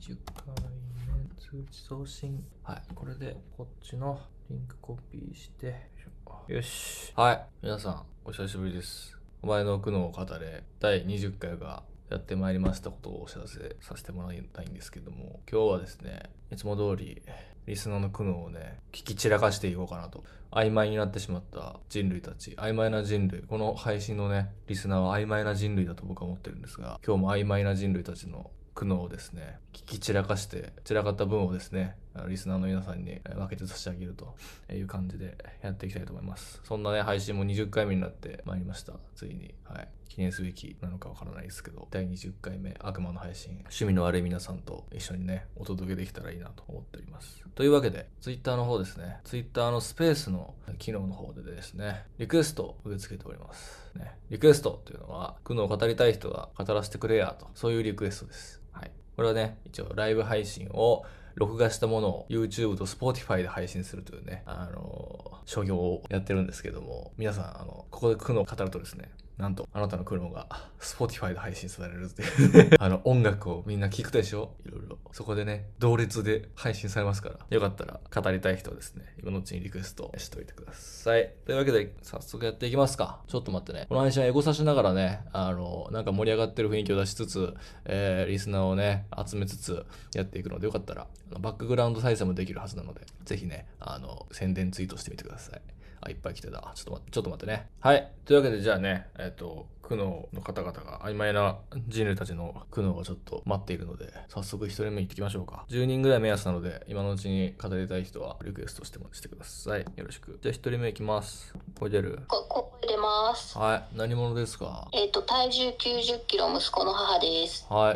20回目通知送信。はい、これでこっちのリンクコピーして、よし。はい、皆さんお久しぶりです。お前の苦悩を語れ第20回がやってまいりましたことをお知らせさせてもらいたいんですけども、今日はですね、いつも通りリスナーの苦悩をね、聞き散らかしていこうかなと。曖昧になってしまった人類たち、曖昧な人類、この配信のね、リスナーは曖昧な人類だと僕は思ってるんですが、今日も曖昧な人類たちの苦悩をですね、聞き散らかして、散らかった分をですね、リスナーの皆さんに分けて差し上げるという感じでやっていきたいと思います。そんなね、配信も20回目になってまいりました。ついに。はい。記念すべきなのかわからないですけど、第20回目悪魔の配信、趣味の悪い皆さんと一緒にね、お届けできたらいいなと思っております。というわけで、Twitter の方ですね、Twitter のスペースの機能の方でですね、リクエストを受け付けております。ね、リクエストというのは、苦悩を語りたい人が語らせてくれやと、そういうリクエストです。はい。これはね、一応ライブ配信を録画したものを YouTube と Spotify で配信するというね、商業をやってるんですけども、皆さん、ここで苦悩を語るとですね、なんと、あなたの苦悩が Spotify で配信されるっていう音楽をみんな聞くでしょ、いろいろ。そこでね、同列で配信されますから、よかったら語りたい人はですね、今のうちにリクエストしておいてください。というわけで、早速やっていきますか。ちょっと待ってね。この配信はエゴサしながらね、なんか盛り上がってる雰囲気を出しつつ、リスナーをね、集めつつやっていくので、よかったら、バックグラウンド再生もできるはずなので、ぜひね、宣伝ツイートしてみてください。いっぱい来てた。ちょっと待ってね。はい。というわけで、じゃあね、苦悩の方々が曖昧な人類たちの苦悩がちょっと待っているので、早速一人目行ってきましょうか。10人ぐらい目安なので、今のうちに語りたい人はリクエストしてください。よろしく。じゃあ一人目行きます。声出る？ 声出ます。 はい。何者ですか？ 体重90キロ息子の母です。 はい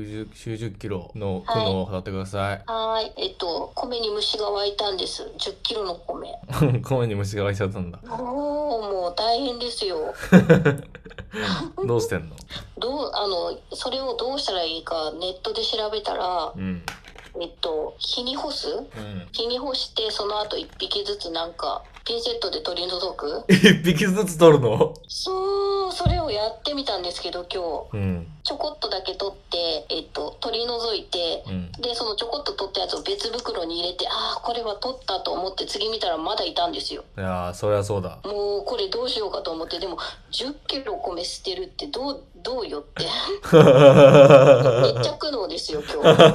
。90キロの苦悩を語ってください。 はい。米に虫が湧いたんです。10キロの米。 米に虫が湧いちゃったんだ。 もう大変ですよ。 どうしてんの？ それをどうしたらいいかネットで調べたら、 うん。 日に干す、 うん。 日に干してその後1匹ずつなんかピンセットで取り除く。 1匹ずつ取るの？ そう、それをやってみたんですけど今日。 うん。 ちょこっとだけ取って、取り除いて、 うん。 で、そのちょこっと取ったやつを別袋に入れて、ああ、これは取ったと思って次見たらまだいたんですよ。 いやー、そりゃそうだ。 もうこれどうしようかと思って、でも10キロ米捨てるってどうよって。めっちゃ苦悩ですよ、今日。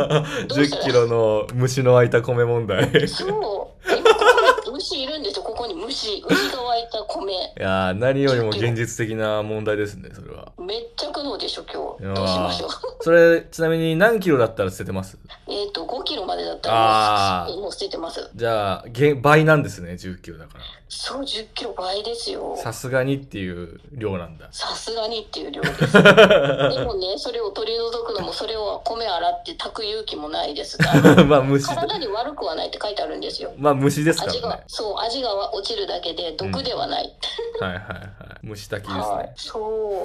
10キロの虫の湧いた米問題。 そう。今ここに虫いるんですよ、ここに牛が湧いた米。 いやー、何よりも現実的な問題ですね、それは。 めっちゃ苦悩でしょ、今日。 いやーどうしましょう。 それ、ちなみに何キロだったら捨ててます？ 5キロまでだったらもう捨ててます。 じゃあ、倍なんですね、10キロだから。 そう、10キロ倍ですよ。 さすがにっていう量なんだ。 さすがにっていう量です。でもね、それを取り除くのも、それを米洗って炊く勇気もないです。 まあ虫。 体に悪くはないって書いてあるんですよ。 まあ虫ですからね。 味が落ちるだけで毒ではない。 はいはいはい。虫炊きですね。 はい、そう。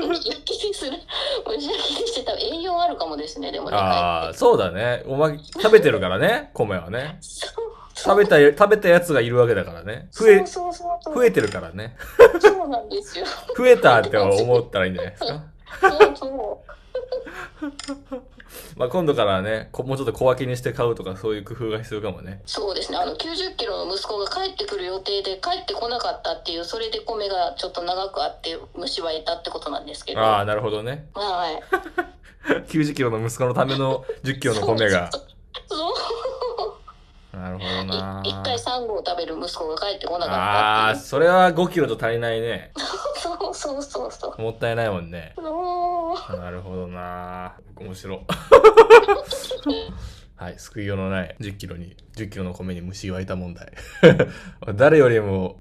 虫焼きにしてたら栄養あるかもですね、でもね。 ああ、そうだね。お前、食べてるからね、米はね。 そう食べたやつがいるわけだからね。増えてるからね。 そうなんですよ。 増えたって思ったらいいんじゃないですか。 そう。 まあ今度からはね、もうちょっと小分けにして買うとかそういう工夫が必要かもね。 そうですね。90キロの息子が帰ってくる予定で帰ってこなかったっていう、それで米がちょっと長くあって虫はいたってことなんですけど。 ああ、なるほどね。 はい。 90キロの息子のための10キロの米が。 そう。 なるほどな。 1回3合食べる息子が帰ってこなかったっていう。 ああ、それは5キロと足りないね。 そう。 もったいないもんね。 そうなるほどな。面白。はい、救いようのない10キロの米に虫湧いた問題。誰よりも、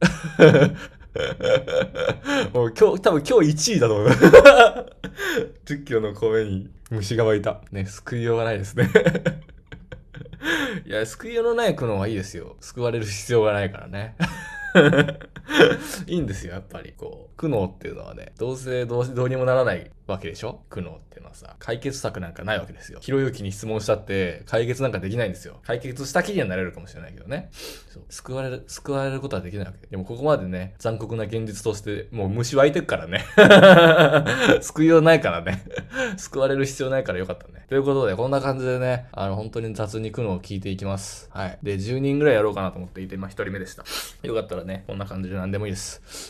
もう多分今日1位だと思う。10キロの米に虫が湧いた。ね、救いようがないですね。いや、救いようのない苦悩はいいですよ。救われる必要がないからね。いいんですよ、やっぱり。苦悩っていうのはね、どうにもならないわけでしょ。苦悩っていうのはさ、解決策なんかないわけですよ。ひろゆきに質問したって解決なんかできないんですよ。解決した気にはなれるかもしれないけどね。そう、救われることはできないわけで。でもここまでね、残酷な現実として、もう虫湧いてくからね。救いようないからね。救われる必要ないからよかったね。ということで、こんな感じでね、本当に雑に苦悩を聞いていきます。はい。で、10人ぐらいやろうかなと思っていて、1人目でした。よかったらね、こんな感じで何でもいいです。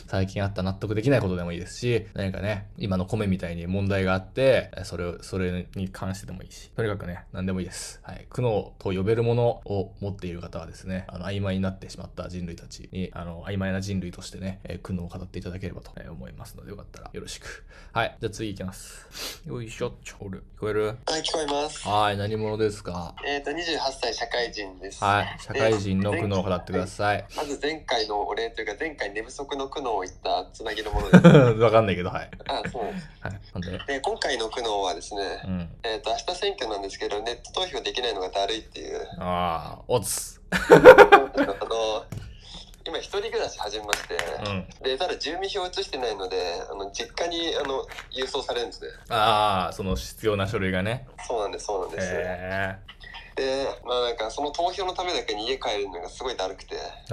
最近あった納得できないことでもいいですし、何かね、今の米みたいに問題があって、それに関してでもいいし、とにかくね、何でもいいです。はい。苦悩と呼べるものを持っている方はですね、曖昧になってしまった人類たちに、曖昧な人類としてね、苦悩を語っていただければと思いますので、よかったらよろしく。はい。じゃあ次行きます。よいしょ、聞こえる？ はい、聞こえます。 はい、何者ですか 28歳社会人です。 はい、社会人の苦悩を語ってください。 まず前回のお礼というか、前回寝不足の苦悩を言ったつなぎのものです。 わかんないけど、はい。 あ、そう。 はい、なんで今回の苦悩はですね、明日選挙なんですけど、ネット投票できないのがだるいっていう。 オツ。 今一人暮らし始めまして、でただ住民票移してないので実家に郵送されるんですね。 その必要な書類がね。 そうなんです。でなんかその投票のためだけに家帰るのがすごいだるくて、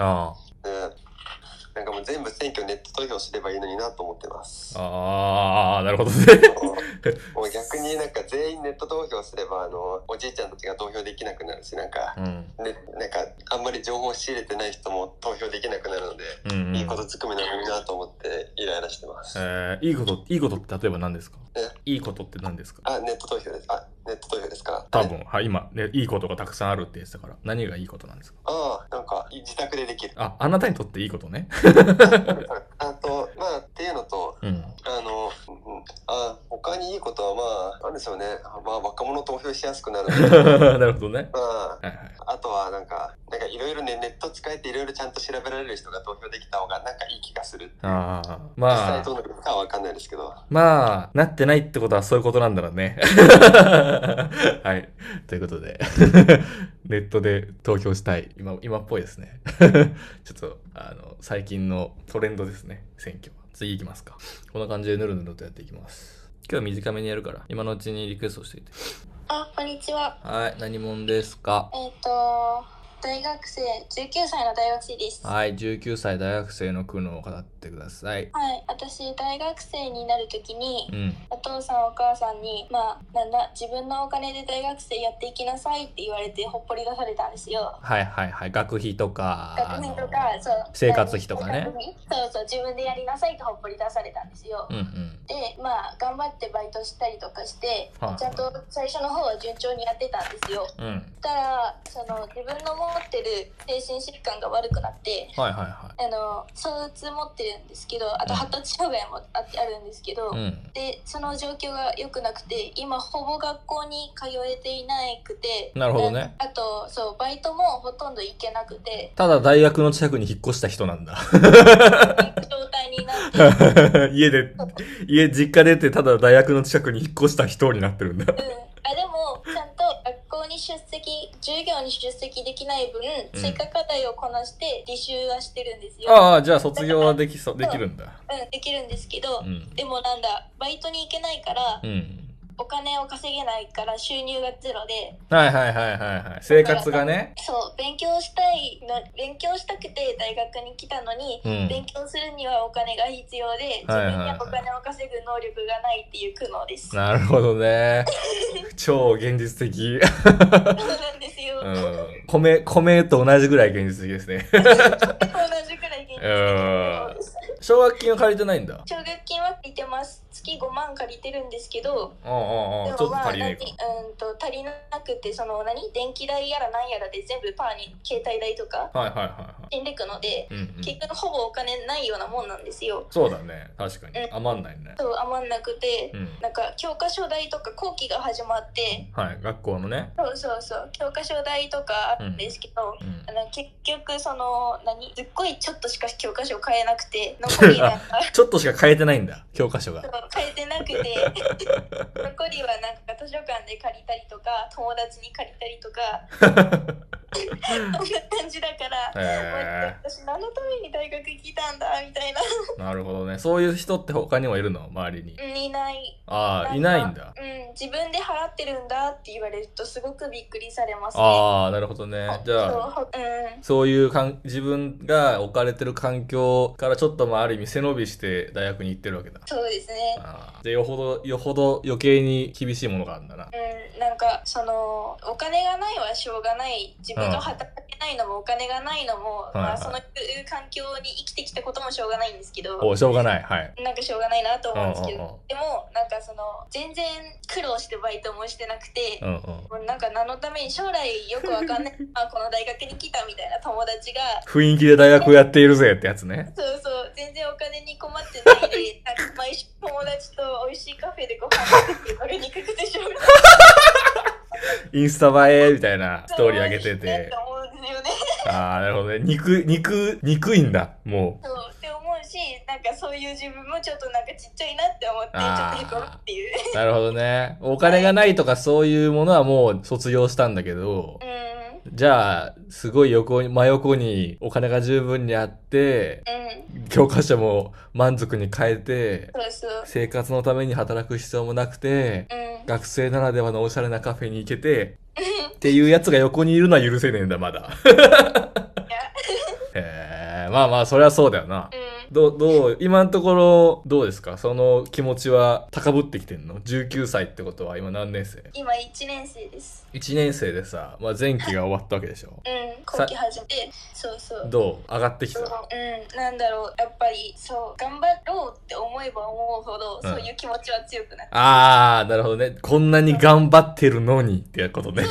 なんかもう全部選挙ネット投票すればいいのになと思ってます。 なるほどね。 もう逆になんか全員ネット投票すればおじいちゃんたちが投票できなくなるし、なんか、なんかあんまり情報を仕入れてない人も投票できなくなるので、いいことずくめなのになと思ってイライラしてます。 いいことって例えば何ですか？いいことって何ですか？ ネット投票です。ネット投票ですか？ 多分、はい、今、ね、いいことがたくさんあるって言ってたから、何がいいことなんですか？ なんか自宅でできる。 あなたにとっていいことね。 あとっていうのと、他にいいことはなんでしょうね。若者投票しやすくなる。 なるほどね。 あとはなんかいろいろね、ネット使えていろいろちゃんと調べられる人が投票できた方がなんかいい気がする。実際どうなるかは分かんないですけど。 なってないってことはそういうことなんだろうね。はい。ということで、ネットで投票したい。今っぽいですね。ちょっと、最近のトレンドですね。選挙。次行きますか。こんな感じでぬるぬるとやっていきます。今日は短めにやるから、今のうちにリクエストしていて。 こんにちは。 はい、何者ですか？ 大学生、19歳の大学生です。 はい、19歳大学生の苦悩を語ってください。 はい、私大学生になるときに、お父さんお母さんに自分のお金で大学生やっていきなさいって言われてほっぽり出されたんですよ。 学費とかそう生活費とかね。 そう自分でやりなさいとほっぽり出されたんですよ。で頑張ってバイトしたりとかして、ちゃんと最初の方は順調にやってたんですよ。たら自分の持ってる精神疾患が悪くなって、躁うつ持ってるんですけど、あと発達障害もあるんですけど、でその状況が良くなくて今ほぼ学校に通えていなくて、 なるほどね。 あとバイトもほとんど行けなくて、 ただ大学の近くに引っ越した人なんだ。 状態になって実家出てただ大学の近くに引っ越した人になってるんだ。 でもちゃんと学校に授業に出席できない分、追加課題をこなして履修はしてるんですよ。 じゃあ卒業はできるんだ。 できるんですけど、でもバイトに行けないから、お金を稼げないから収入がゼロで、生活がね、勉強したくて大学に来たのに、勉強するにはお金が必要で、自分にはお金を稼ぐ能力がないっていう苦悩です。 なるほどね。超現実的。 そうなんですよ。 米と同じぐらい現実的ですね。 同じぐらい現実的です。 奨学金は借りてないんだ。 奨学金は借りてます。月5万借りてるんですけど、 ちょっと足りないか。 足りなくて、電気代やらなんやらで全部パーに携帯代とか死んでくので、結局ほぼお金ないようなもんなんですよ。 そうだね、確かに余んないね。 余んなくて、なんか教科書代とか後期が始まって、 学校のね、 教科書代とかあるんですけど、結局すっごいちょっとしか教科書買えなくて、残りちょっとしか買えてないんだ、教科書が。 買えてなくて残りはなんか図書館で借りたりとか、友達に借りたりとか感じだから、私何のために大学来たんだみたいな。 なるほどね。そういう人って他にもいるの？周りに。 いない。 ああ、いないんだ。 自分で払ってるんだって言われるとすごくびっくりされますね。 ああ、なるほどね。じゃあ、そういう自分が置かれてる環境からちょっとある意味背伸びして大学に行ってるわけだ。 そうですね。 で、よほど余計に厳しいものがあるんだな。 なんかお金がないはしょうがない。自分が働けないのもお金がないのも、その環境に生きてきたこともしょうがないんですけど。 しょうがない。はい。 なんかしょうがないなと思うんですけど、でもなんか全然苦労してバイトもしてなくて、なんか何のために将来よくわかんないこの大学に来たみたいな友達が雰囲気で大学やっているぜってやつね。 そう全然お金に困ってないで、なんか毎週友達と美味しいカフェでご飯食べて食べにくくてしょうがないインスタ映えみたいなストーリー上げてて。 思うんですよね。 ああ、なるほどね。憎いんだ、もう。 そうって思うし、なんかそういう自分もちょっとなんかちっちゃいなって思って、ちょっとへこむっていう。 なるほどね。お金がないとかそういうものはもう卒業したんだけど、じゃあ、すごい真横にお金が十分にあって、教科書も満足に変えて、生活のために働く必要もなくて、学生ならではのおしゃれなカフェに行けて、っていうやつが横にいるのは許せねえんだ、まだ。まあ、それはそうだよな。今のところ、どうですか？その気持ちは高ぶってきてんの？ 19 歳ってことは今何年生？ 今1年生です。 1年生でさ、前期が終わったわけでしょ？ 後期始めて、 どう？上がってきた？ なんだろう、やっぱり、頑張ろうって思えば思うほど、そういう気持ちは強くなって。 あー、なるほどね。こんなに頑張ってるのにってことね。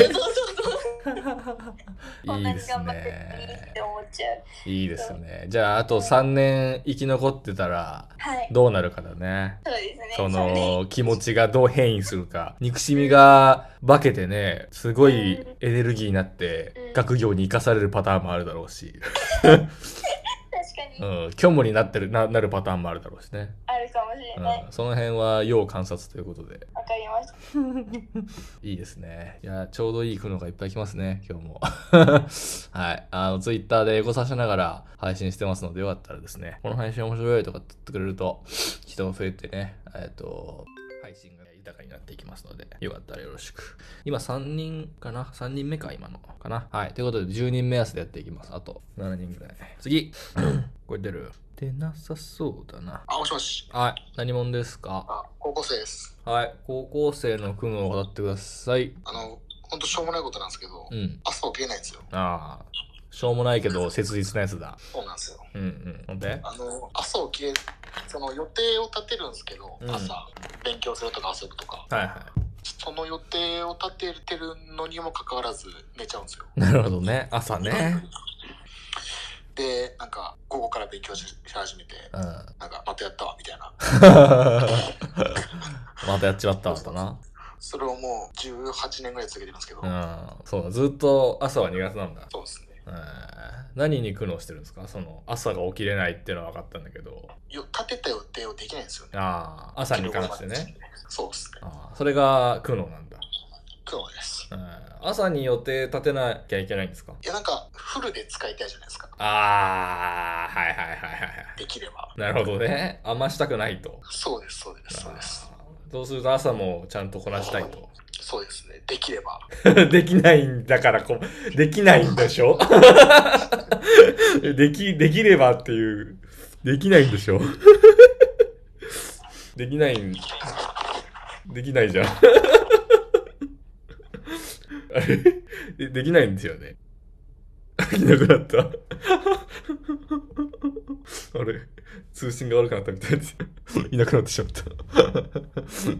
いいですね。いいですね。じゃあ、あと3年生き残ってたら、どうなるかだね。 そうですね。 その気持ちがどう変異するか。憎しみが化けてね、すごいエネルギーになって、学業に生かされるパターンもあるだろうし。 確かに。 虚無になるパターンもあるだろうしね。 あるかもしれない。 その辺は要観察ということで。 わかりました。 いいですね。いや、ちょうどいい苦悩がいっぱい来ますね、今日も。はい。ツイッターでエゴさしながら配信してますので、よかったらですね、この配信面白いとかって言ってくれると、人が増えてね、配信が豊かになっていきますので、よかったらよろしく。今3人かな ?3 人目か、今のかな。はい。ということで、10人目安でやっていきます。あと7人ぐらい。次これ出なさそうだな。 もしもし。 はい。何者ですか？ 高校生です。 はい。高校生の苦悩を語ってください。 ほんとしょうもないことなんですけど、朝起きれないんですよ。 しょうもないけど切実なやつだ。 そうなんですよ。 ほんで朝起きれ、その予定を立てるんですけど、朝勉強するとか遊ぶとか。その予定を立ててるのにもかかわらず寝ちゃうんですよ。 なるほどね。朝ね。 で、なんか午後から勉強し始めて、なんかまたやったわみたいな。 またやっちまったわとな。 それをもう18年ぐらい続けてるんですけど。 そうだ、ずっと朝は苦手なんだ。 そうですね。 何に苦悩してるんですか？その朝が起きれないっていうのは分かったんだけど。 立てた予定をできないんですよね。 朝に関してね。 そうですね。 それが苦悩なんだ。 苦悩です。 朝に予定立てなきゃいけないんですか？ いや、なんかフルで使いたいじゃないですか。できれば。 なるほどね。余したくないと。 そうです。 そうすると朝もちゃんとこなしたいと。 そうですね。できれば。 できないんだからできないんでしょ？できればっていう、できないんでしょ？できないじゃん。あれできないんですよね。いなくなった。あれ通信が悪くなったみたいです。いなくなってしまった。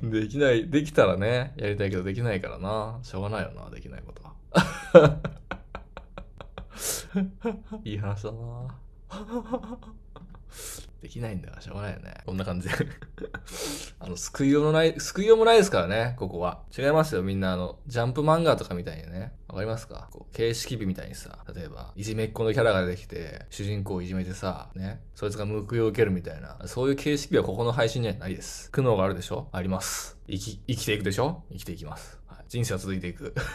できたらね、やりたいけどできないからな。しょうがないよな、できないことは。いい話だな。できないんだからしょうがないよね。こんな感じで。救いようもないですからね、ここは。違いますよ、みんなジャンプ漫画とかみたいにね。わかりますか？形式美みたいにさ、例えば、いじめっ子のキャラができて、主人公をいじめてさ、ね、そいつが報いを受けるみたいな、そういう形式美はここの配信にはないです。苦悩があるでしょ？あります。生きていくでしょ？生きていきます。 人生は続いていく。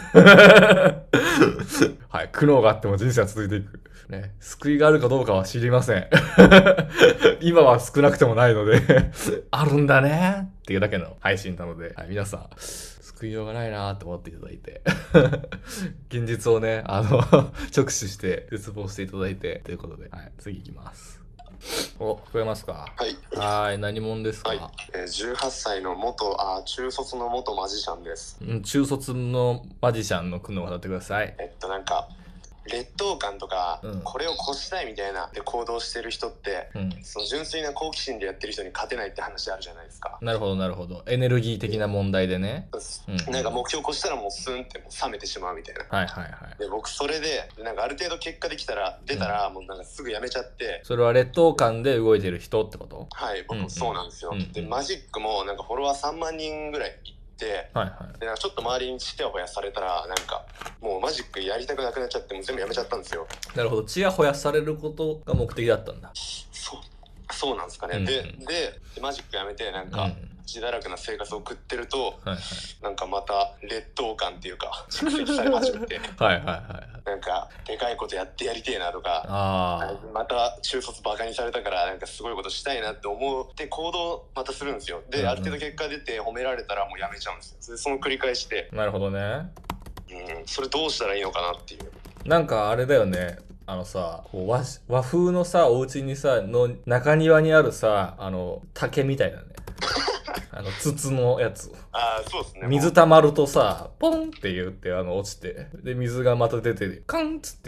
はい。苦悩があっても人生は続いていく。ね。救いがあるかどうかは知りません。今は少なくてもないので、あるんだねっていうだけの配信なので、はい、皆さん、救いようがないなーって思っていただいて、現実をね、直視して絶望していただいて、ということで、はい、次行きます。お、聞こえますか？はい。何者ですか？ 18歳の中卒の元マジシャンです。 中卒のマジシャンの苦悩を語ってください。 なんか、劣等感とか、これを越したいみたいなで行動してる人って、その純粋な好奇心でやってる人に勝てないって話あるじゃないですか。 なるほどなるほど。エネルギー的な問題でね。 なんか目標越したらもうスンってもう冷めてしまうみたいな。はいはいはい。で僕それでなんかある程度結果出たらもうなんかすぐやめちゃって。 それは劣等感で動いてる人ってこと？ はい、僕もそうなんですよ。でマジックもなんかフォロワー3万人ぐらいでなんかちょっと周りにちやほやされたらなんかもうマジックやりたくなくなっちゃってもう全部やめちゃったんですよ。 なるほど。ちやほやされることが目的だったんだ。 そうなんですかね。でマジックやめてなんか自堕落な生活を送ってると、なんかまた劣等感っていうか蓄積され始めてなんかでかいことやってやりてえなとかまた中卒バカにされたからなんかすごいことしたいなって思って行動またするんですよ。で、ある程度結果出て褒められたらもうやめちゃうんですよ。その繰り返しで。 なるほどね。 それどうしたらいいのかなっていう。 なんかあれだよね。さ、こう和風のさ、お家にさ、の中庭にあるさ、竹みたいなね。筒のやつ。 そうですね。 水溜まるとさ、ポンって言って落ちて、で、水がまた出て、カンっつって。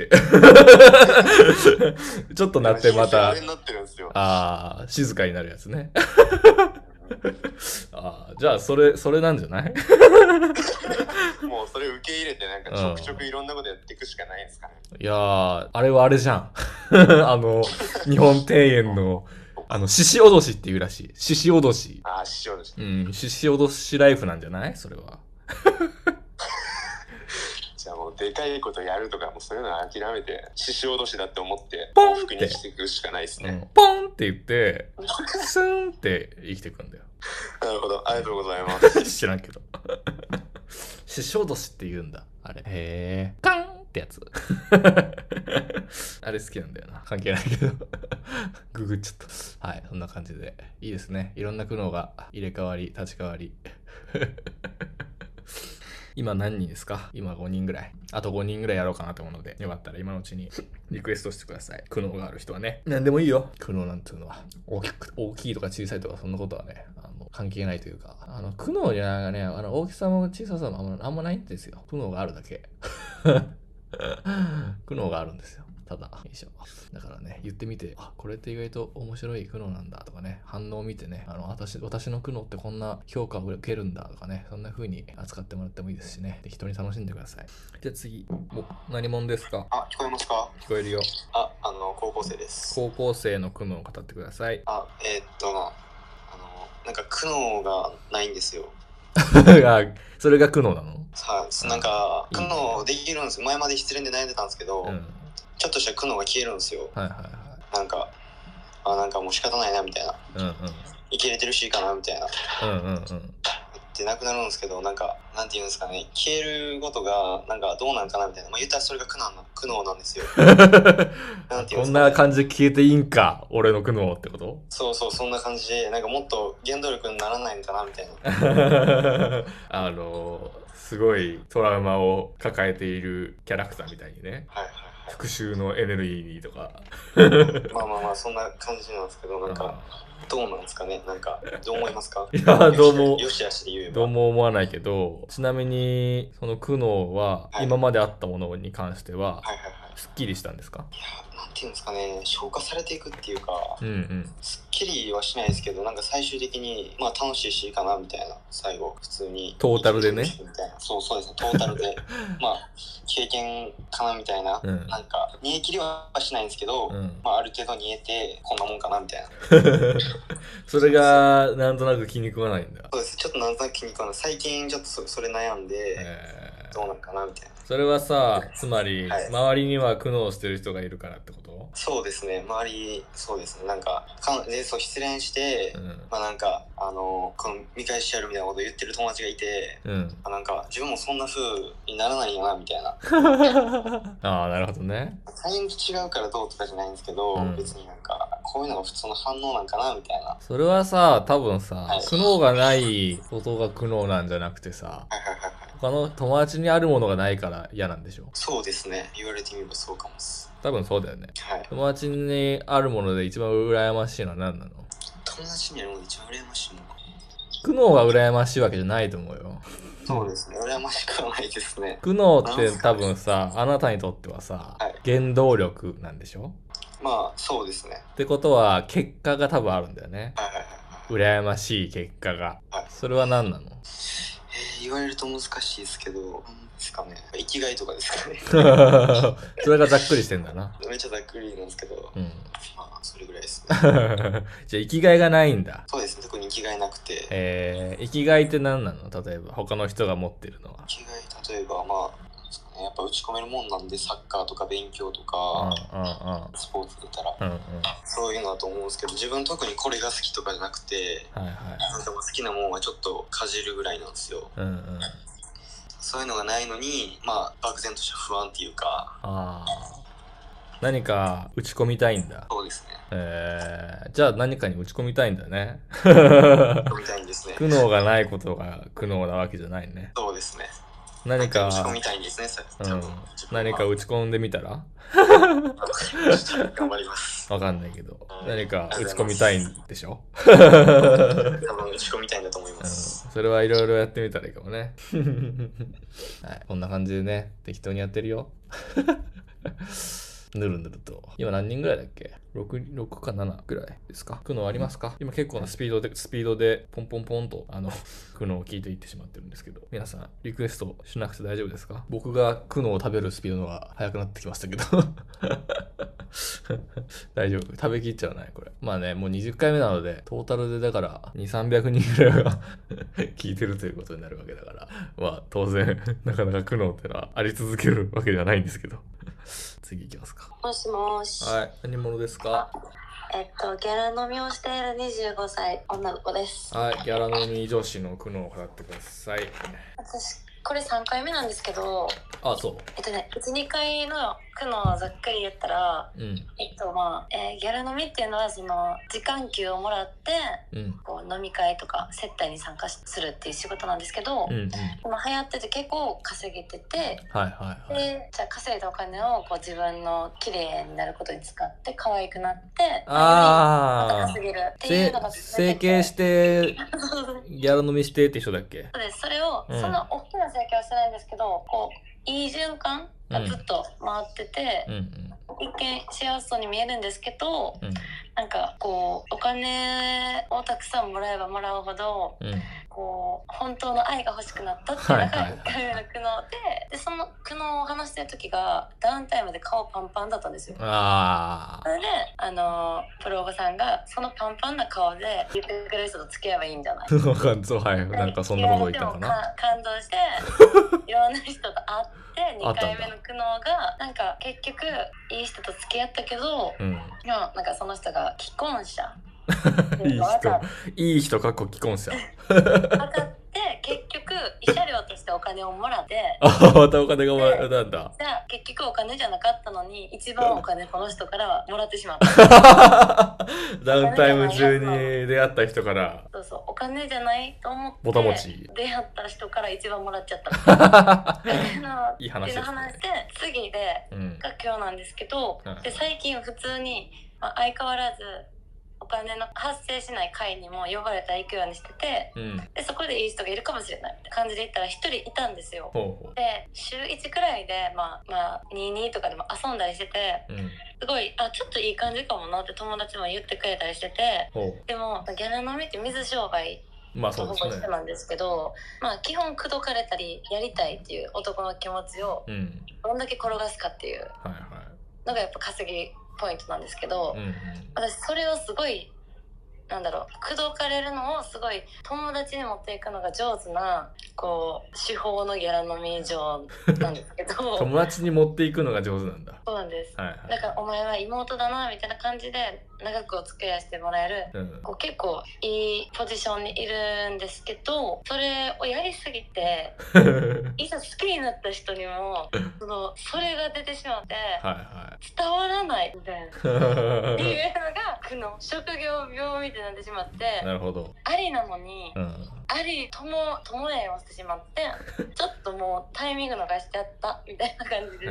ちょっと鳴ってまた、静かになるやつね。じゃあ、それなんじゃない？ もうそれ受け入れてなんかちょくちょくいろんなことやっていくしかないんですかね。 いやー、あれはあれじゃん。日本庭園の、獅子おどしっていうらしい。獅子おどし。 獅子おどし。 獅子おどしライフなんじゃない？それは。 じゃあもうでかいことやるとかもうそういうのは諦めて、獅子おどしだって思って、 ポンってにしていくしかないですね。 ポンって言って、スーンって生きていくんだよ。 なるほど。ありがとうございます。 知らんけど。獅子おどしって言うんだ。あれ。へー。カンってやつ。あれ好きなんだよな。関係ないけど。ググっちゃった。はい。そんな感じで。いいですね。いろんな苦悩が入れ替わり、立ち替わり。今何人ですか？今5人ぐらい。あと5人ぐらいやろうかなと思うので、よかったら今のうちにリクエストしてください。苦悩がある人はね。何でもいいよ。苦悩なんていうのは。大きいとか小さいとかそんなことはね、関係ないというか。苦悩じゃね、大きさも小ささもあんまないんですよ。苦悩があるだけ。苦悩があるんですよ。ただ、よいしょ。だからね、言ってみて、これって意外と面白い苦悩なんだとかね、反応を見てね、私の苦悩ってこんな評価を受けるんだとかね、そんな風に扱ってもらってもいいですしね、適当に楽しんでください。じゃあ次、何者ですか？ 聞こえますか？ 聞こえるよ。 高校生です。 高校生の苦悩を語ってください。 なんか苦悩がないんですよ。 それが苦悩なの？ なんか苦悩できるんですよ。前まで失恋で悩んでたんですけど、ちょっとした苦悩が消えるんですよ。なんかもう仕方ないなみたいな、生きれてるしいいかなみたいな、ってなくなるんですけど、なんかなんていうんですかね、消えることがなんかどうなんかなみたいな、言ったらそれが苦悩なんですよ。なんていうんですかね、こんな感じで消えていいんか、俺の苦悩ってこと？ そうそんな感じで、なんかもっと原動力にならないのかなみたいな。すごいトラウマを抱えているキャラクターみたいにね。復讐のエネルギーとか。 まあそんな感じなんですけど、なんかどうなんですかね、なんかどう思いますか？ いや、どうもよしあしで言えばどうも思わないけど、ちなみにその苦悩は今まであったものに関してはすっきりしたんですか？ いや、なんていうんですかね、消化されていくっていうか、すっきりはしないですけど、なんか最終的に楽しいしいいかなみたいな、最後普通にトータルでね、 そうですね、トータルで経験かなみたいな、なんか煮え切りはしないんですけど、ある程度煮えてこんなもんかなみたいな。 それがなんとなく気に食わないんだ。 そうです、ちょっとなんとなく気に食わない。最近ちょっとそれ悩んで、どうなんかなみたいな。 それはさ、つまり、周りには苦悩してる人がいるからってこと？ そうですね、周りそうですね、なんかでそう失恋して、まあなんかこの見返してやるみたいなことを言ってる友達がいて、なんか自分もそんな風にならないよなみたいなああ、なるほどね。 タイミング違うからどうとかじゃないんですけど、別になんかこういうのが普通の反応なんかなみたいな。 それはさ、多分さ、苦悩がないことが苦悩なんじゃなくてさ、他の友達にあるものがないから嫌なんでしょ。 そうですね、言われてみればそうかもです。 多分そうだよね。 はい。 友達にあるもので一番羨ましいのは何なの？ 友達にあるもので一番羨ましいの？ 苦悩が羨ましいわけじゃないと思うよ。 そうですね、羨ましくはないですね。 苦悩って多分さ、あなたにとってはさ、原動力なんでしょ？ まあそうですね。 ってことは結果が多分あるんだよね。羨ましい結果が。それは何なの？ 言われると難しいですけど、なんですかね。生きがいとかですかね。 それがざっくりしてんだな。 めっちゃざっくりなんですけど、まあそれぐらいですね。 じゃあ生きがいがないんだ。 そうですね、特に生きがいなくて。 生きがいって何なの？例えば他の人が持ってるのは。 生きがい、例えばまあやっぱ打ち込めるもんなんで、サッカーとか勉強とか、スポーツだったら、そういうのだと思うんですけど、自分特にこれが好きとかじゃなくて、なんか好きなもんはちょっとかじるぐらいなんですよ。そういうのがないのに、まあ漠然とした不安っていうか。 何か打ち込みたいんだ。 そうですね。 じゃあ何かに打ち込みたいんだね。 打ち込みたいんですね。 苦悩がないことが苦悩なわけじゃないね。 そうですね。 何か打ち込みたいんですね。 何か打ち込んでみたら？ 頑張ります。 わかんないけど、何か打ち込みたいんでしょ？ 多分打ち込みたいんだと思います。 それはいろいろやってみたらいいかもね。はい、こんな感じでね、適当にやってるよ。ぬるぬると。今何人ぐらいだっけ？ 6か7ぐらいですか？苦悩ありますか？今結構なスピードでポンポンポンと苦悩を聞いていってしまってるんですけど、皆さんリクエストしなくて大丈夫ですか？僕が苦悩を食べるスピードの方が速くなってきましたけど。大丈夫？食べきっちゃわないこれ。まあね、もう20回目なので、トータルでだから2、300人ぐらいが聞いてるということになるわけだから、まあ当然、なかなか苦悩ってのはあり続けるわけではないんですけど。次行きますか。 もしもし。 はい、何者ですか？ ギャラ飲みをしている25歳女の子です。 はい、ギャラ飲み女子の苦悩を語ってください。 私これ3回目なんですけど、 あ、そう。 1、2回の苦悩をざっくり言ったら、まあ、ギャラ飲みっていうのはその時間給をもらって、こう飲み会とか接待に参加するっていう仕事なんですけど、今流行ってて結構稼げてて、でじゃあ稼いだお金をこう自分の綺麗になることに使って可愛くなって、また稼げるっていうのが整形してギャラ飲みしてって人だっけ？ そうです。それを、そんな大きな整形はしてないんですけど、こういい循環がずっと回ってて、一見幸せそうに見えるんですけど、なんかこうお金をたくさんもらえばもらうほど、こう本当の愛が欲しくなったっていうのが1回目の苦悩で、その苦悩を話してる時がダウンタイムで顔パンパンだったんですよ。それでプロゴさんがそのパンパンな顔で言ってくれる人と付き合えばいいんじゃない？ なんかそんなこと言ったのかな。 感動していろんな人と会って2回目の苦悩がなんか結局いい人と付き合ったけど、なんかその人が既婚者いい人かっこ既婚者分かって結局慰謝料としてお金をもらってまたお金がもらえたんだ。 じゃあ結局お金じゃなかったのに一番お金この人からもらってしまったダウンタイム中に出会った人からそうお金じゃないと思ってボタ持ち出会った人から一番もらっちゃったいい話ですね。 次でが今日なんですけど、で最近普通に、相変わらずお金の発生しない会にも呼ばれたら行くようにしてて、でそこでいい人がいるかもしれないって感じで行ったら一人いたんですよ。で週1くらいでまあ22とかでも遊んだりしてて、すごいちょっといい感じかもなって友達も言ってくれたりしてて、でもギャラ飲みって水商売とほぼ一緒なんですけど、基本口説かれたりやりたいっていう男の気持ちをどんだけ転がすかっていうのがやっぱ稼ぎポイントなんですけど、私それをすごいなんだろう、口説かれるのをすごい友達に持っていくのが上手なこう手法のギャラ飲み上なんですけど友達に持っていくのが上手なんだ。 そうなんです、 はいはい、 だからお前は妹だなみたいな感じで長くお付き合いしてもらえる、こう結構いいポジションにいるんですけど、それをやりすぎていざ好きになった人にもそれが出てしまって、はいはい、伝わらないみたいなっていうのが職業病みたいになってしまって、 なるほど、 ありなのに、あり友縁をしてしまってちょっともうタイミング逃しちゃったみたいな感じ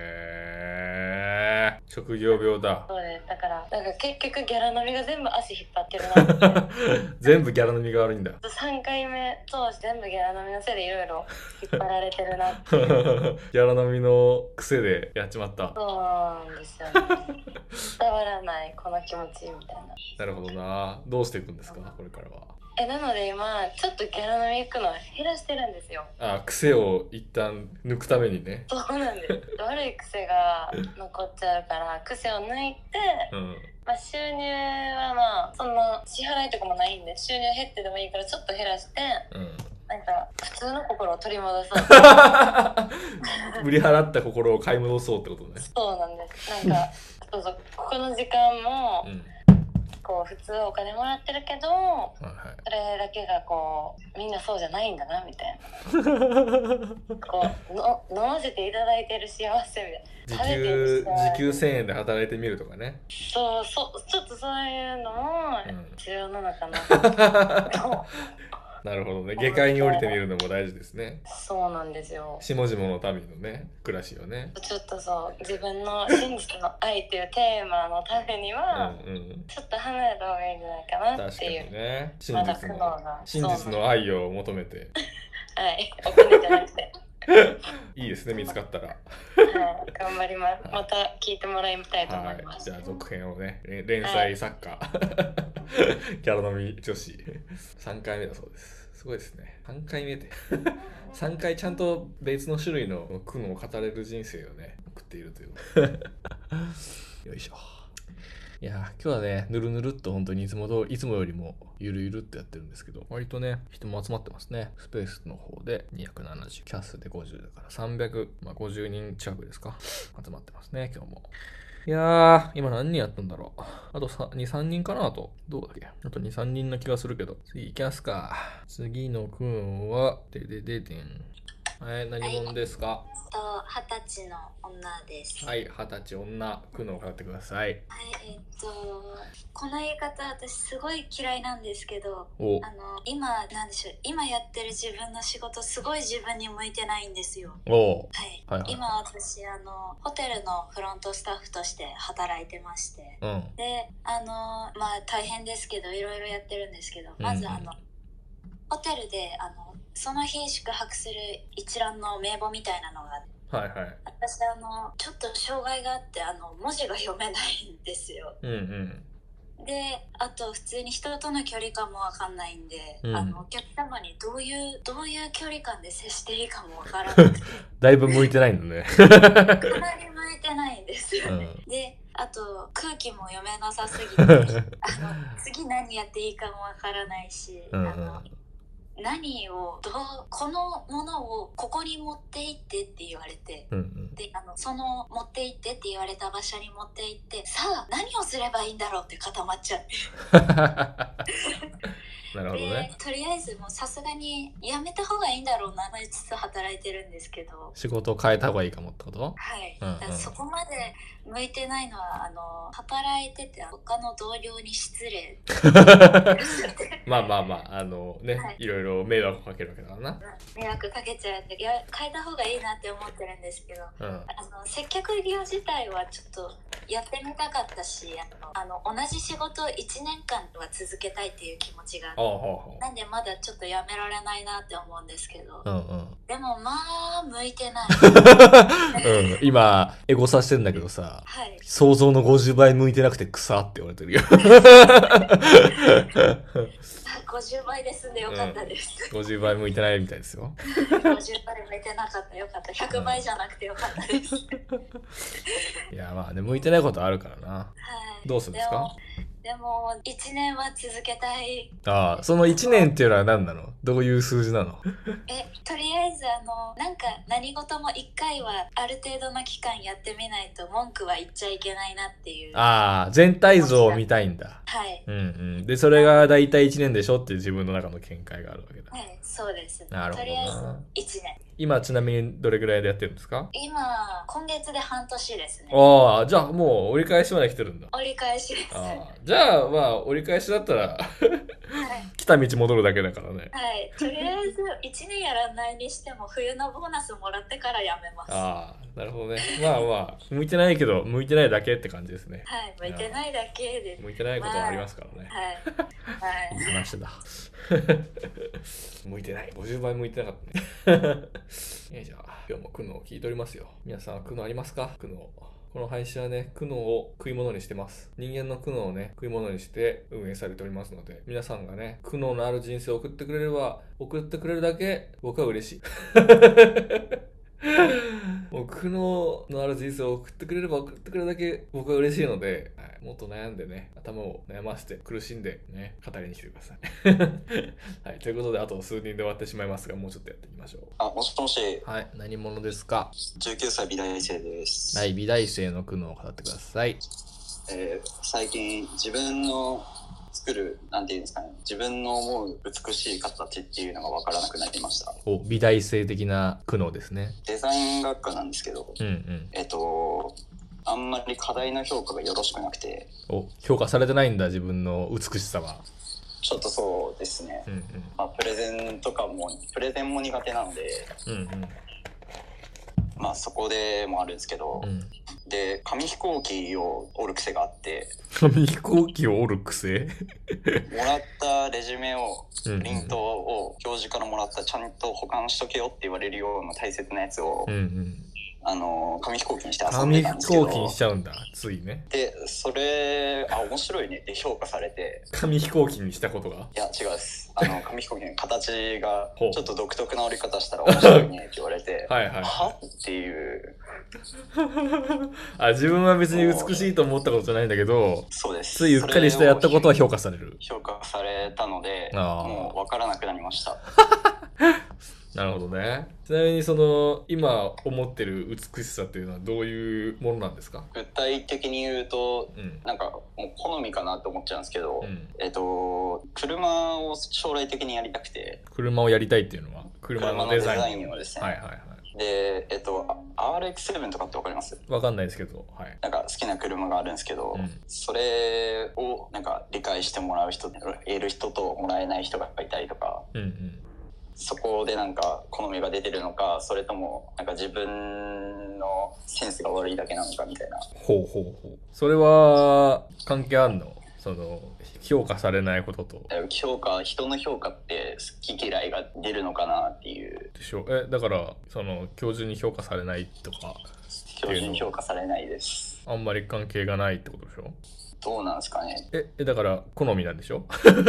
で職業病だ。 そうです。だから結局ギャラ飲みが全部足引っ張ってるなって全部ギャラ飲みが悪いんだ。 3回目通して全部ギャラ飲みのせいでいろいろ引っ張られてるなってギャラ飲みの癖でやっちまった。 そうなんですよね伝わらないこの気持ちみたいな。 なるほどな。どうしていくんですかこれからは。 なので今ちょっとギャラ飲み行くのは減らしてるんですよ。 癖を一旦抜くためにね。 そうなんです悪い癖が残っちゃうから癖を抜いて、収入はまあそんな支払いとかもないんで収入減ってでもいいからちょっと減らして、なんか普通の心を取り戻そう売り払った心を買い戻そうってことね。 そうなんです。なんかそうここの時間も、こう普通お金もらってるけど、それだけがこうみんなそうじゃないんだなみたいなこう飲ませていただいてる幸せみたいな、時給1000円で働いてみるとかね。 そうちょっとそういうのも必要なのかななるほどね。下界に降りてみるのも大事ですね。 そうなんですよ。 下々の民のね暮らしをね。 ちょっとそう自分の真実の愛っていうテーマのためにはちょっと離れた方がいいんじゃないかなっていう。 確かにね。真実の愛を求めてはいお金じゃなくていいですね見つかったらはい頑張ります。また聞いてもらいたいと思います。 じゃあ続編をね連載作家ギャラ飲み女子3回目だそうです。すごいですね。3回目で3回ちゃんと別の種類の苦悩を語れる人生をね送っているというよいしょ。いや今日はねぬるぬるっと本当にいつもよりもゆるゆるってやってるんですけど、割とね人も集まってますね。スペースの方で270、キャスで50だから300、50人近くですか集まってますね今日も。いやー今何人やったんだろう。あと2、3人かな。あとどうだっけ、あと2、3人な気がするけど、次行きますか。次のくんは何者ですか。 20歳の女です。 はい、20歳女、くんを語ってください。 はい、この言い方私すごい嫌いなんですけど、今なんでしょう、今やってる自分の仕事すごい自分に向いてないんですよ。はい、今私ホテルのフロントスタッフとして働いてまして、で大変ですけどいろいろやってるんですけど、まずホテルでその日宿泊する一覧の名簿みたいなのがあって、私ちょっと障害があって文字が読めないんですよ。であと普通に人との距離感も分かんないんで、お客様にどういう距離感で接していいかも分からなくてだいぶ向いてないんだねかなり向いてないんですよね。であと空気も読めなさすぎて次何やっていいかも分からないし、何をこのものをここに持って行ってって言われて、でその持って行ってって言われた場所に持って行って、さあ何をすればいいんだろうって固まっちゃってなるほどね。 とりあえずもうさすがにやめた方がいいんだろうなと思いつつ働いてるんですけど、 仕事を変えた方がいいかもってこと？ はい、だからそこまで向いてないのは働いてて他の同僚に失礼まあね、いろいろ迷惑かけるわけだからな。 迷惑かけちゃうんで変えた方がいいなって思ってるんですけど、接客業自体はちょっとやってみたかったし、同じ仕事を1年間は続けたいっていう気持ちがあって、なんでまだちょっとやめられないなって思うんですけど、でもまあ向いてない今エゴサしてるんだけどさ、想像の50倍向いてなくて草って言われてるよ 50倍ですんでよかったです、 50倍向いてないみたいですよ 50倍向いてなかったよかった、100倍じゃなくてよかったですいやまあね向いてないことあるからな。どうするんですか？ でも1年は続けたい。 ああ、その1年っていうのは何なの？どういう数字なの？ とりあえずなんか何事も1回はある程度の期間やってみないと文句は言っちゃいけないなっていう。 ああ、全体像を見たいんだ。 はい。 うんうん。で、それがだいたい1年でしょっていう自分の中の見解があるわけだ。 はい、そうです。 なるほどな。 とりあえず1年。 今ちなみにどれぐらいでやってるんですか？ 今月で半年ですね。 ああ、じゃあもう折り返しまで来てるんだ。 折り返しです。 じゃあまあ折り返しだったら来た道戻るだけだからね。 はい。とりあえず1年やらないにしても冬のボーナスもらってからやめます。 ああ、なるほどね。まあまあ向いてないけど向いてないだけって感じですね。 はい、向いてないだけで。 向いてないこともありますからね。 はい。 いい話だ。向いてない。50倍向いてなかったね。じゃあ今日も苦悩を聞いておりますよ。皆さんは苦悩ありますか？苦悩。この配信はね、苦悩を食い物にしてます。人間の苦悩をね、食い物にして運営されておりますので、皆さんがね、苦悩のある人生を送ってくれれば、送ってくれるだけ僕は嬉しい。もう苦悩のある人生を送ってくれれば送ってくれるだけ僕は嬉しいので、はい、もっと悩んでね、頭を悩ませて苦しんでね、語りに来てください。はい、ということであと数人で終わってしまいますが、もうちょっとやっていきましょう。 もしもし。 はい、何者ですか ？19歳美大生です。 はい、美大生の苦悩を語ってください。 最近自分の作る、なんていうんですかね、自分の思う美しい形っていうのが分からなくなりました。 美大生的な苦悩ですね。 デザイン学科なんですけど、あんまり課題の評価がよろしくなくて。 評価されてないんだ、自分の美しさは。 ちょっとそうですね。プレゼンも苦手なので、そこでもあるんですけど、で紙飛行機を折る癖があって。 紙飛行機を折る癖？ もらったレジュメを輪頭を教授からもらったちゃんと保管しとけよって言われるような大切なやつを、紙飛行機にして遊んでたんですけど。 紙飛行機にしちゃうんだ、ついね。 でそれ面白いねって評価されて。 紙飛行機にしたことが？ いや違うです。紙飛行機の形がちょっと独特な折り方したら面白いねって言われてはっていう自分は別に美しいと思ったことじゃないんだけど、 そうです。 ついうっかりしたやったことは評価される。 評価されたのでもう分からなくなりました。 なるほどね。ちなみにその今思ってる美しさっていうのはどういうものなんですか？ 具体的に言うと、なんかもう好みかなって思っちゃうんですけど、車を将来的にやりたくて。 車をやりたいっていうのは車のデザインをですね。 はいはいはい。 でRX7 とかってわかります？ わかんないですけど、はい。 なんか好きな車があるんですけど、それをなんか理解してもらう人、得る人ともらえない人がいたりとか。そこでなんか好みが出てるのか、それともなんか自分のセンスが悪いだけなのかみたいな。 それは関係あんの？その評価されないことと。 人の評価って好き嫌いが出るのかなっていう。 でしょ。だからその教授に評価されないとか。 教授に評価されないです。 あんまり関係がないってことでしょ？ どうなんですかね。 だから好みなんでしょ？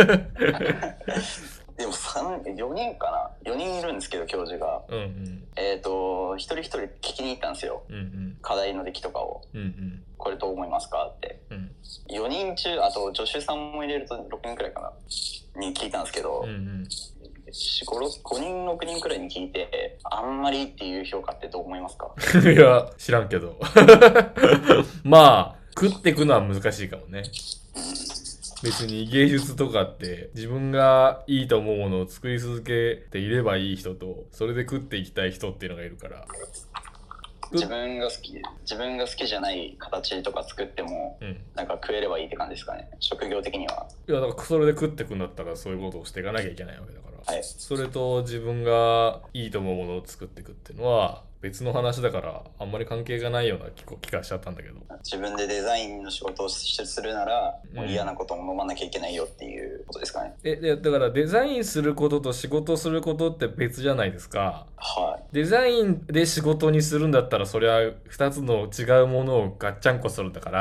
でも4人かな、4人いるんですけど教授が、一人一人聞きに行ったんですよ、課題の出来とかを、これどう思いますかって、4人中あと助手さんも入れると6人くらいかなに聞いたんですけど、5人6人くらいに聞いて、あんまりっていう評価ってどう思いますか？ いや知らんけどまあ食ってくのは難しいかもね。別に芸術とかって自分がいいと思うものを作り続けていればいい人と、それで食っていきたい人っていうのがいるから、 自分が好きじゃない形とか作っても、なんか食えればいいって感じですかね、職業的には。 いやだからそれで食ってくんだったらそういうことをしていかなきゃいけないわけだから、それと自分がいいと思うものを作っていくっていうのは別の話だから、あんまり関係がないような気がしちゃったんだけど。 自分でデザインの仕事をするなら、もう嫌なことも飲まなきゃいけないよっていうことですかね。 だからデザインすることと仕事することって別じゃないですか。デザインで仕事にするんだったらそりゃ2つの違うものをガッチャンコするんだから、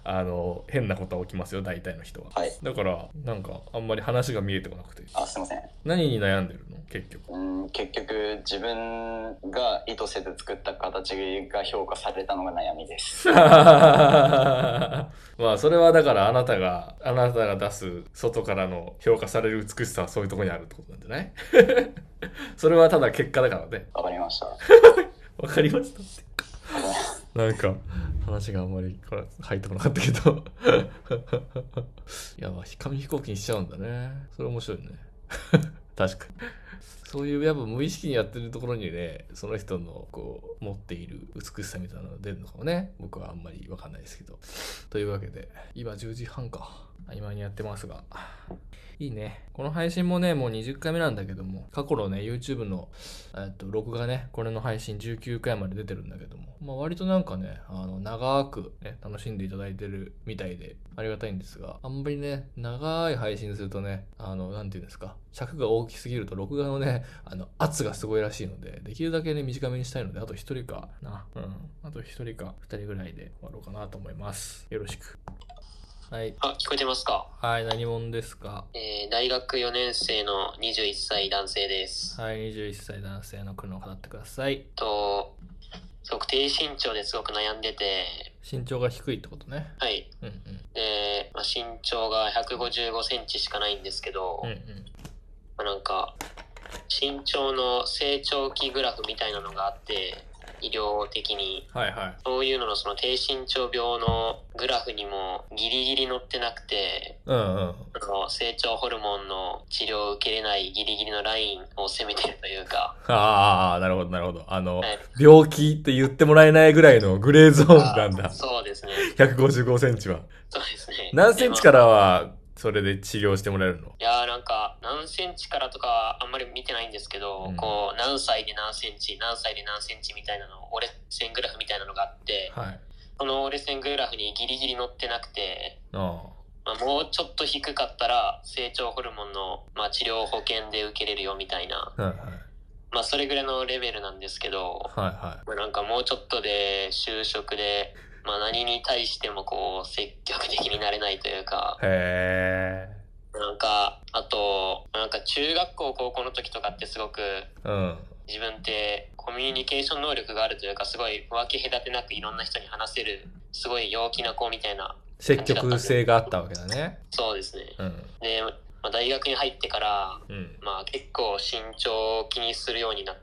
変なことは起きますよ、大体の人は。 はい。 だからなんかあんまり話が見えてこなくて。 すいません。 何に悩んでるの結局。 結局自分が意図せず作った形が評価されたのが悩みです。 まあそれはだからあなたが出す外からの評価される美しさはそういうところにあるってことなんじゃない？それはただ結果だからね。 わかりました。 わかりましたって。なんか話があんまり入ってこなかったけど。いや、紙飛行機にしちゃうんだね。それ面白いね。確かに。そういうやっぱ無意識にやってるところにね、その人のこう持っている美しさみたいなのが出るのかもね。僕はあんまりわかんないですけど。というわけで、今10時半か。今にやってますが。いいね。この配信もね、もう20回目なんだけども、過去のね、YouTube の、録画ね、これの配信19回まで出てるんだけども、まあ割となんかね、長くね、楽しんでいただいてるみたいで、ありがたいんですが、あんまりね、長い配信するとね、なんていうんですか、尺が大きすぎると、録画のね、圧がすごいらしいので、できるだけね、短めにしたいので、あと1人かな。あと1人か2人ぐらいで終わろうかなと思います。よろしく。はい。 聞こえてますか？ はい、何者ですか？ 大学4年生の21歳男性です。 はい、21歳男性の苦悩を語ってください。 すごく低身長ですごく悩んでて。 身長が低いってことね。 はい。で、身長が155センチしかないんですけど、なんか、身長の成長期グラフみたいなのがあって、医療的に、そういうののその低身長病のグラフにもギリギリ載ってなくて、成長ホルモンの治療を受けれないギリギリのラインを攻めてるというか。 なるほどなるほど。病気って言ってもらえないぐらいのグレーゾーンなんだ。 そうですね。 155センチは。 そうですね。 何センチからはそれで治療してもらえるの？ いやーなんか何センチからとかあんまり見てないんですけど、こう何歳で何センチ何歳で何センチみたいなの折れ線グラフみたいなのがあって、その折れ線グラフにギリギリ載ってなくて、もうちょっと低かったら成長ホルモンの、治療保険で受けれるよみたいな、それぐらいのレベルなんですけど、なんかもうちょっとで就職で何に対してもこう積極的になれないというか、なんかあとなんか中学校高校の時とかってすごく、自分ってコミュニケーション能力があるというか、すごい分け隔てなくいろんな人に話せるすごい陽気な子みたいな積極性があったわけだね。 そうですね。で、大学に入ってから、結構身長を気にするようになって、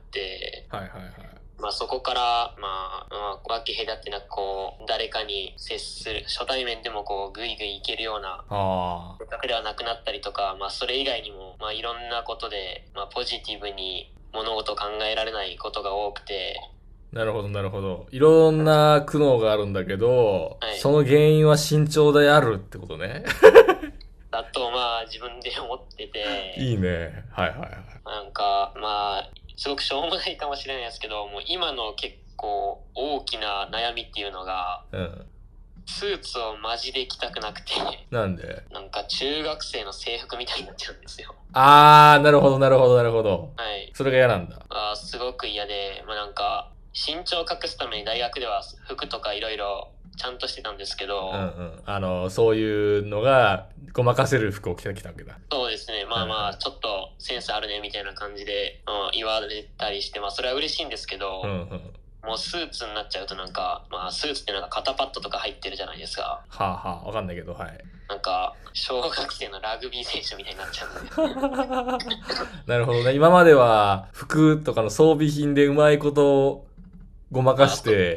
そこから分け隔てなくこう誰かに接する、初対面でもこうグイグイいけるような性格ではなくなったりとか、それ以外にもいろんなことでポジティブに物事を考えられないことが多くて。 なるほどなるほど。いろんな苦悩があるんだけど、その原因は身長であるってことね。 だと自分で思ってて。 いいね。 なんかすごくしょうもないかもしれないですけど、もう今の結構大きな悩みっていうのが、スーツをマジで着たくなくて。 なんで？ なんか中学生の制服みたいになっちゃうんですよ。 なるほどなるほどなるほど。それが嫌なんだ。 すごく嫌で、なんか身長を隠すために大学では服とかいろいろちゃんとしてたんですけど、 そういうのがごまかせる服を着たわけだ。 そうですね。ちょっとセンスあるねみたいな感じで、言われたりして、それは嬉しいんですけど、もうスーツになっちゃうとなんか、スーツってなんか肩パッドとか入ってるじゃないですか。 わかんないけど、 なんか小学生のラグビー選手みたいになっちゃうんで。 なるほどね。今までは服とかの装備品でうまいことごまかして、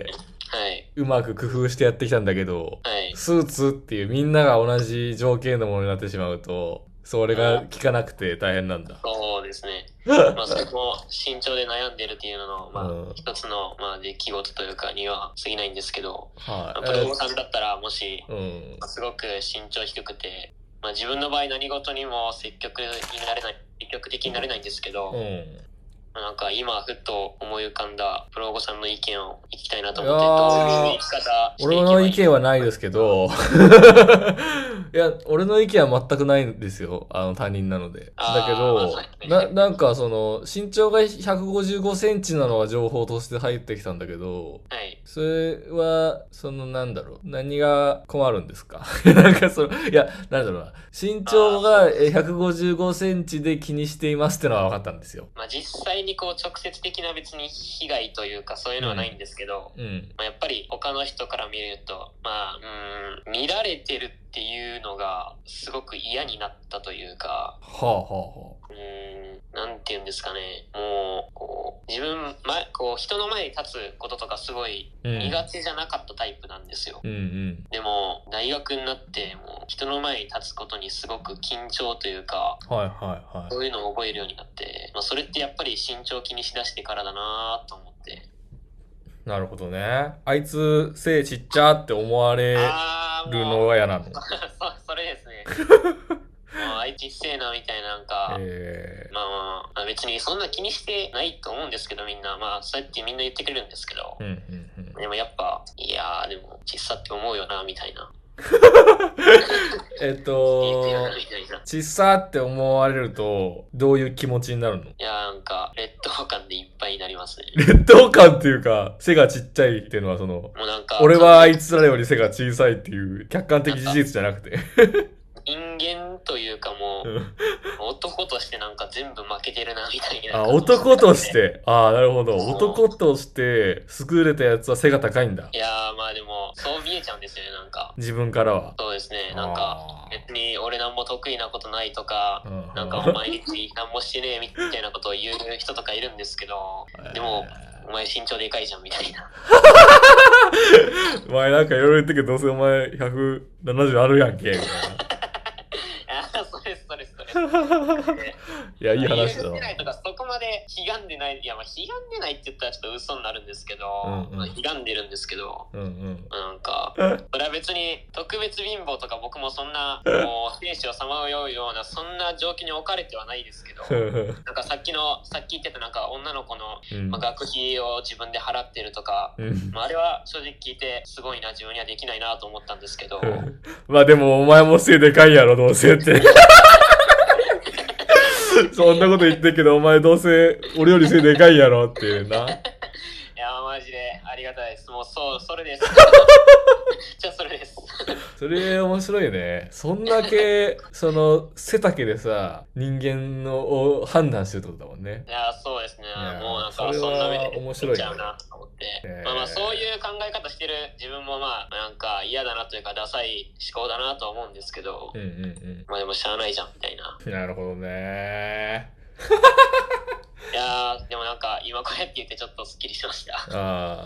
うまく工夫してやってきたんだけど、スーツっていうみんなが同じ条件のものになってしまうと、それが効かなくて大変なんだ。 そうですね。それも身長で悩んでるっていうのの、一つの、出来事というかには過ぎないんですけど、プロさんだったらもし、すごく身長低くて、自分の場合何事にも積極的になれないんですけど、 なんか今ふっと思い浮かんだプロゴさんの意見を聞きたいなと思って、どういう生き方していけばいい？ 俺の意見はないですけどいや、俺の意見は全くないんですよ。他人なので。だけど、なんか身長が155センチなのは情報として入ってきたんだけど、 はい。 それは、なんだろう。何が困るんですかなんかいや、なんだろうな。身長が155センチで気にしていますってのは分かったんですよ。 まあ実際にこう直接的な別に被害というかそういうのはないんですけど、まあ、やっぱり他の人から見ると、まあ、見られてるっていうのがすごく嫌になったというか、なんて言うんですかね、もう、こう、人の前に立つこととかすごい苦手じゃなかったタイプなんですよ。でも、大学になって、もう、人の前に立つことにすごく緊張というか、そういうのを覚えるようになって、まあ、それってやっぱり身長気にしだしてからだなと思って。 なるほどね。あいつ背ちっちゃって思われるのが嫌なの。 それですね。あいつちっせえなみたいな、なんか、まあ別にそんな気にしてないと思うんですけど、みんなまあそうやってみんな言ってくれるんですけど、でもやっぱいやーでも小さって思うよなみたいな。 小さって思われるとどういう気持ちになるの？ いやなんか劣等感でいっぱいになりますね。 劣等感っていうか、背がちっちゃいっていうのはもうなんか俺はあいつらより背が小さいっていう客観的事実じゃなくて人間というかもう男としてなんか全部負けてるなみたいな。 男として。なるほど。男として優れたやつは背が高いんだ。 いやまあでもそう見えちゃうんですよね、なんか。 自分からは。 そうですね。なんか別に俺なんも得意なことないとか、なんか毎日なんもしてねえみたいなことを言う人とかいるんですけど、でもお前身長でかいじゃんみたいな。 お前なんかいろいろ言ってけど、どうせお前170あるやんけみたいな。いや、いい話だわ。 そこまでひがんでない。いや、まあ、ひがんでないって言ったらちょっと嘘になるんですけど、ひがんでるんですけど、なんか、それは別に特別貧乏とか僕もそんな、もう、生死をさまようような、そんな状況に置かれてはないですけど、なんかさっき言ってたなんか女の子の、学費を自分で払ってるとか、あれは正直聞いてすごいな、自分にはできないなと思ったんですけど。 まあでもお前も背でかいやろ、どうせって。そんなこと言ってるけど、お前どうせ俺より背でかいやろっていうな。 いや、マジでありがたいです。もうそれです。じゃあそれです。 それ面白いね。そんだけ、背丈でさ、人間を判断してるってことだもんね。 いや、そうですね。もうなんか、そんな目で見ちゃうなと思って。まあそういう考え方してる自分もまあ、なんか嫌だなというか、ダサい思考だなと思うんですけど、まあでもしゃあないじゃんみたいな。 なるほどね。 いやでもなんか今こうやって言ってちょっとスッキリしました。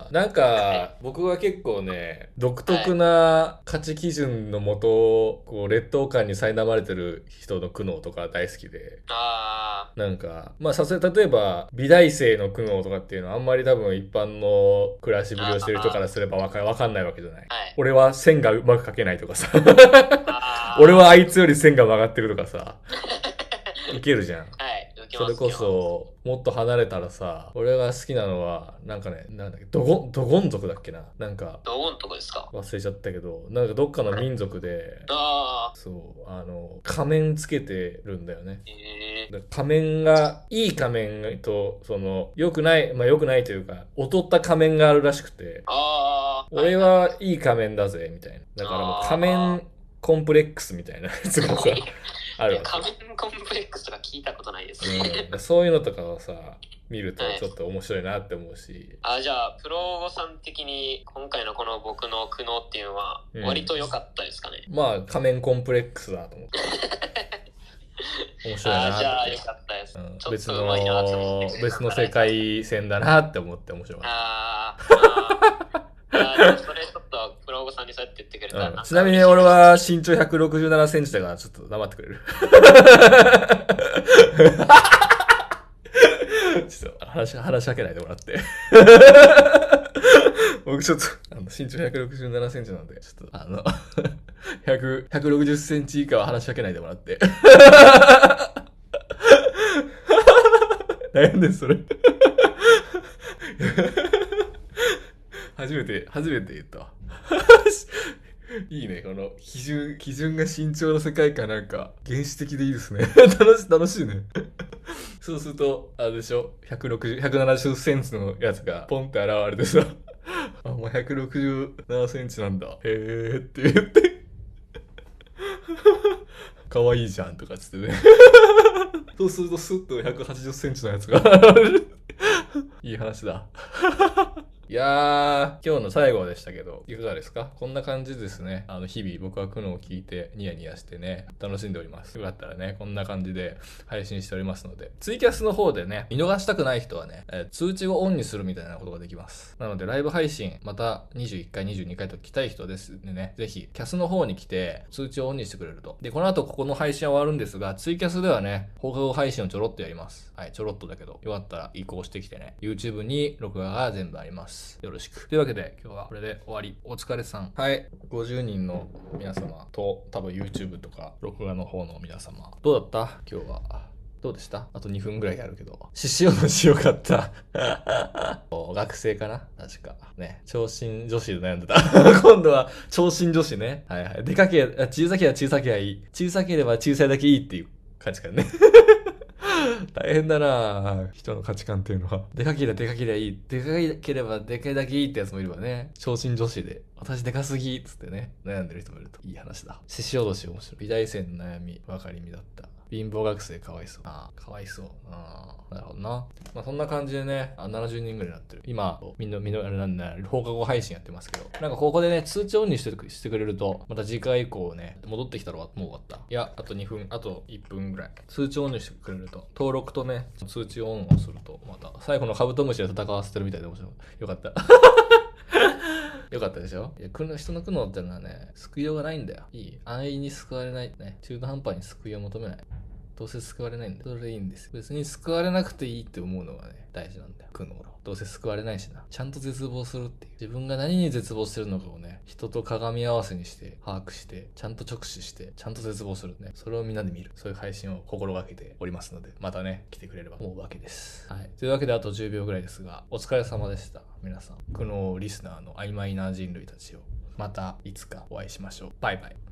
なんか僕は結構ね、独特な価値基準のもと、こう劣等感に苛まれてる人の苦悩とか大好きで、なんかまあ例えば美大生の苦悩とかっていうのはあんまり多分一般の暮らしぶりをしてる人からすればわかんないわけじゃない。俺は線がうまく描けないとかさ俺はあいつより線が曲がってるとかさいけるじゃん。それこそもっと離れたらさ、俺が好きなのはなんかね、なんだっけ、ドゴン族だっけな、なんかドゴン族ですか、 忘れちゃったけど、なんかどっかの民族で、そう仮面つけてるんだよね。仮面がいい仮面と良くないというか劣った仮面があるらしくて、俺はいい仮面だぜみたいな。だからもう仮面コンプレックスみたいなやつがさあるわけ。 仮面コンプレックスとか聞いたことないですね。 そういうのとかをさ見るとちょっと面白いなって思うし、 じゃあプロゴさん的に今回のこの僕の苦悩っていうのは割と良かったですかね。 まあ仮面コンプレックスだと思って面白いなって。 じゃあ良かったです。別の世界線だなって思って面白かった。 それちょっとプロゴさんにそうやって言ってくれたら、 ちなみに俺は身長167センチだからちょっと黙ってくれるちょっと話しかけないでもらって僕ちょっと身長167センチなんでちょっと160センチ以下は話しかけないでもらって悩んでそれ。初めて言ったわ。いいね、この基準が身長の世界観なんか原始的でいいですね。楽しいね。そうすると、あれでしょ、170センチのやつがポンって現れてさ、あ、もう167センチなんだ。へーって言って。可愛いじゃんとかつってね。そうするとスッと180センチのやつが現れる。いい話だ。いやー、今日の最後でしたけど、いかがですか？こんな感じですね。日々僕は苦悩を聞いてニヤニヤしてね、楽しんでおります。よかったらね、こんな感じで配信しておりますので、ツイキャスの方でね、見逃したくない人はね、通知をオンにするみたいなことができます。なので、ライブ配信、また21回、22回と来たい人ですね、ぜひ、キャスの方に来て、通知をオンにしてくれると。で、この後ここの配信は終わるんですが、ツイキャスではね、放課後配信をちょろっとやります。はい、ちょろっとだけど、よかったら移行してきてね、YouTube に録画が全部あります。よろしく。というわけで今日はこれで終わり。お疲れさん。はい。50人の皆様と多分 YouTube とか録画の方の皆様。どうだった今日は。どうでした？あと2分ぐらいやるけど。獅子王のしよかった。学生かな確か。ね。長身女子で悩んでた。今度は長身女子ね。はいはい。でかけ、小さければ小さければいい。小さければ小さいだけいいっていう価値観ね。大変だな人の価値観っていうのは。でかければでかければいい。でかければでかいだけいいってやつもいればね。長身女子で、私でかすぎっつってね、悩んでる人もいると。いい話だ。獅子おどし面白い。美大生の悩み、分かりみだった。貧乏学生かわいそう。ああ、かわいそう。ああ、なるほどな。まあそんな感じでね、70人ぐらいになってる。今、みんな、あれなんだ、放課後配信やってますけど。なんかここでね、通知オンにしてくれると、また次回以降ね、戻ってきたらもう終わった。いや、あと2分、あと1分ぐらい。通知オンにしてくれると、登録とね、通知オンをすると、また、最後のカブトムシで戦わせてるみたいで面白い。よかった。よかったでしょ？いや、人の苦悩ってのはね、救いようがないんだよ。いい。安易に救われない。ね。中途半端に救いを求めない。どうせ救われないんだよ。それでいいんですよ。別に救われなくていいって思うのがね、大事なんだよ。苦悩。どうせ救われないしな。ちゃんと絶望するっていう。自分が何に絶望してるのかをね、人と鏡合わせにして、把握して、ちゃんと直視して、ちゃんと絶望するね。それをみんなで見る。そういう配信を心がけておりますので、またね、来てくれれば思うわけです。はい。というわけであと10秒ぐらいですが、お疲れ様でした。皆さん。苦悩リスナーの曖昧な人類たちを、またいつかお会いしましょう。バイバイ。